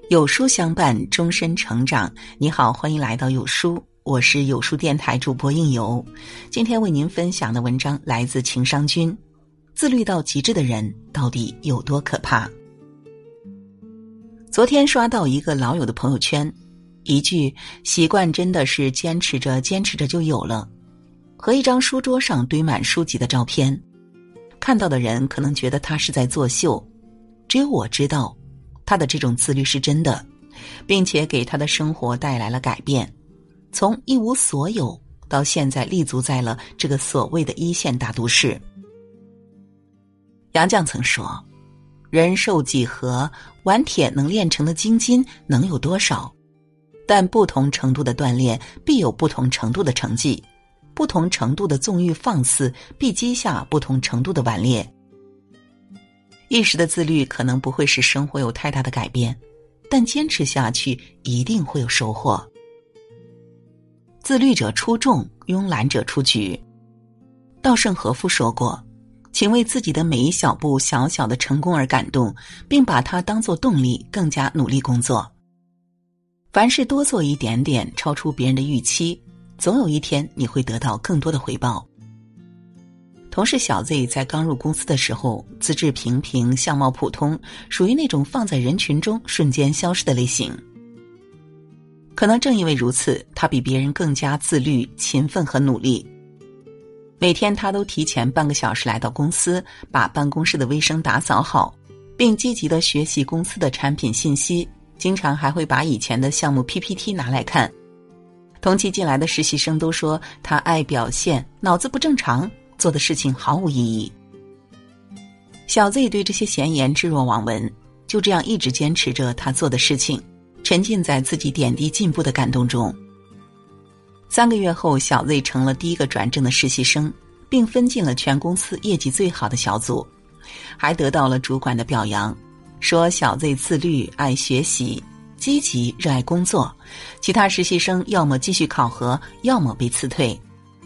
有书相伴，终身成长。你好，欢迎来到有书，我是有书电台主播应由。今天为您分享的文章来自情商君。自律到极致的人到底有多可怕？昨天刷到一个老友的朋友圈，一句习惯真的是坚持着坚持着就有了，和一张书桌上堆满书籍的照片。看到的人可能觉得他是在作秀，只有我知道他的这种自律是真的，并且给他的生活带来了改变，从一无所有到现在立足在了这个所谓的一线大都市。杨绛曾说，人寿几何，顽铁能炼成的金筋能有多少？但不同程度的锻炼必有不同程度的成绩，不同程度的纵欲放肆必积下不同程度的顽劣。一时的自律可能不会使生活有太大的改变，但坚持下去一定会有收获。自律者出众，慵懒者出局。稻盛和夫说过，请为自己的每一小步小小的成功而感动，并把它当作动力，更加努力工作。凡事多做一点点，超出别人的预期，总有一天你会得到更多的回报。同事小 Z 在刚入公司的时候，资质平平，相貌普通，属于那种放在人群中瞬间消失的类型。可能正因为如此，他比别人更加自律、勤奋和努力。每天他都提前半个小时来到公司，把办公室的卫生打扫好，并积极地学习公司的产品信息，经常还会把以前的项目 PPT 拿来看。同期进来的实习生都说他爱表现，脑子不正常，做的事情毫无意义。小 Z 对这些闲言置若罔闻，就这样一直坚持着他做的事情，沉浸在自己点滴进步的感动中。3个月后，小 Z 成了第一个转正的实习生，并分进了全公司业绩最好的小组，还得到了主管的表扬，说小 Z 自律、爱学习、积极、热爱工作，其他实习生要么继续考核，要么被辞退。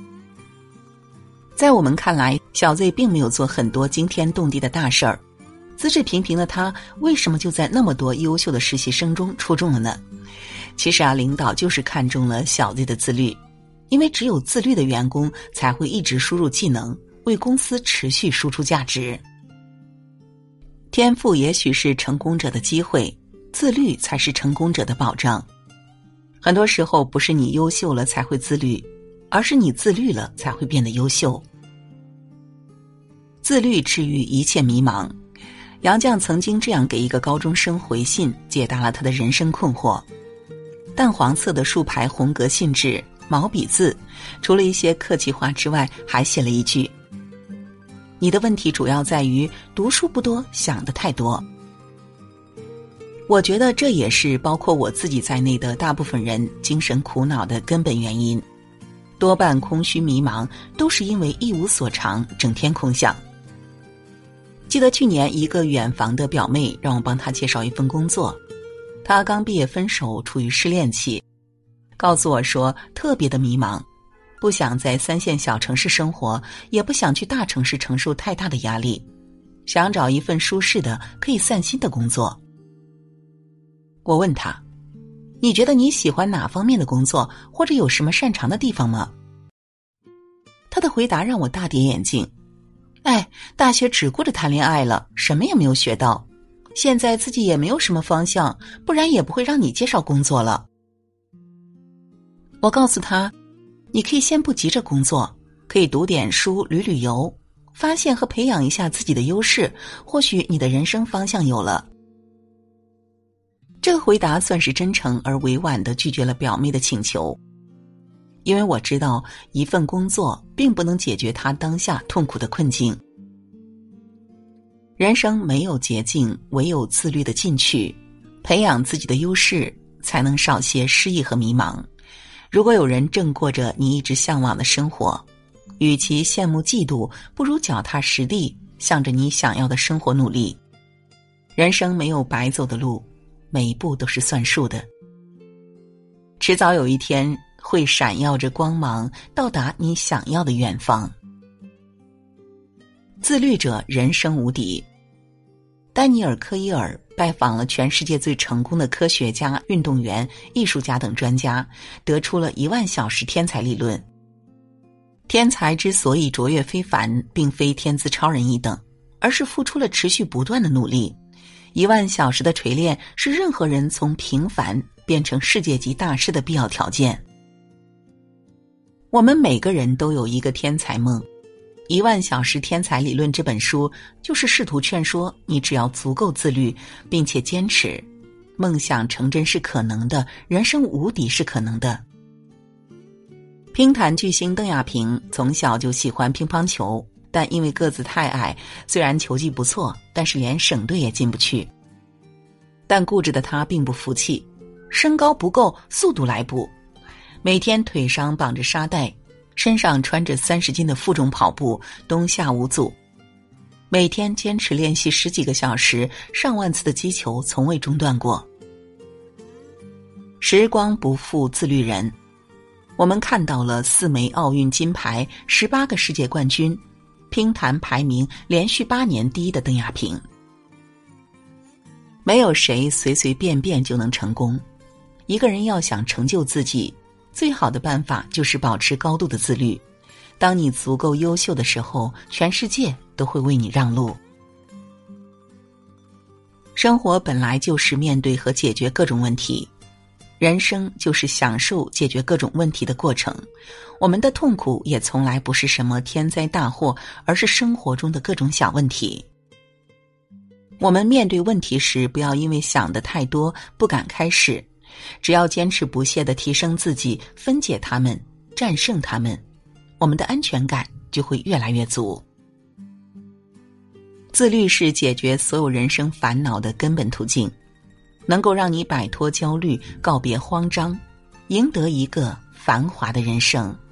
在我们看来，小 Z 并没有做很多惊天动地的大事儿，资质平平的他为什么就在那么多优秀的实习生中出众了呢？其实领导就是看中了小 Z 的自律，因为只有自律的员工才会一直输入技能，为公司持续输出价值。天赋也许是成功者的机会，自律才是成功者的保障。很多时候不是你优秀了才会自律，而是你自律了才会变得优秀。自律治愈一切迷茫。杨绛曾经这样给一个高中生回信，解答了他的人生困惑。淡黄色的竖排红格信纸，毛笔字，除了一些客气话之外，还写了一句：你的问题主要在于读书不多，想得太多。我觉得这也是包括我自己在内的大部分人精神苦恼的根本原因，多半空虚迷茫，都是因为一无所长，整天空想。记得去年一个远房的表妹让我帮她介绍一份工作，她刚毕业分手，处于失恋期，告诉我说特别的迷茫，不想在3线小城市生活，也不想去大城市承受太大的压力，想找一份舒适的可以散心的工作。我问她，你觉得你喜欢哪方面的工作，或者有什么擅长的地方吗？她的回答让我大跌眼镜。大学只顾着谈恋爱了，什么也没有学到，现在自己也没有什么方向，不然也不会让你介绍工作了。我告诉他，你可以先不急着工作，可以读点书，旅旅游，发现和培养一下自己的优势，或许你的人生方向有了。这个回答算是真诚而委婉地拒绝了表妹的请求，因为我知道一份工作并不能解决她当下痛苦的困境。人生没有捷径，唯有自律的进取，培养自己的优势，才能少些失意和迷茫。如果有人正过着你一直向往的生活，与其羡慕嫉妒，不如脚踏实地，向着你想要的生活努力。人生没有白走的路，每一步都是算数的，迟早有一天会闪耀着光芒，到达你想要的远方。自律者人生无敌。 丹尼尔·科伊尔拜访了全世界最成功的科学家、运动员、艺术家等专家，得出了10000小时天才理论。天才之所以卓越非凡，并非天资超人一等，而是付出了持续不断的努力。10000小时的锤炼是任何人从平凡变成世界级大师的必要条件。我们每个人都有一个天才梦。10000小时天才理论这本书就是试图劝说你，只要足够自律并且坚持，梦想成真是可能的，人生无敌是可能的。乒坛巨星邓亚萍从小就喜欢乒乓球，但因为个子太矮，虽然球技不错，但是连省队也进不去。但固执的他并不服气，身高不够，速度来补，每天腿上绑着沙袋，身上穿着30斤的负重跑步，冬夏无阻。每天坚持练习10几个小时，上万次的击球从未中断过。时光不负自律人，我们看到了4枚奥运金牌、18个世界冠军，乒坛排名连续8年第1的邓亚萍。没有谁随随便便就能成功，一个人要想成就自己，最好的办法就是保持高度的自律。当你足够优秀的时候，全世界都会为你让路。生活本来就是面对和解决各种问题，人生就是享受解决各种问题的过程。我们的痛苦也从来不是什么天灾大祸，而是生活中的各种小问题。我们面对问题时，不要因为想得太多不敢开始，只要坚持不懈地提升自己，分解它们，战胜它们，我们的安全感就会越来越足。自律是解决所有人生烦恼的根本途径，能够让你摆脱焦虑，告别慌张，赢得一个繁华的人生。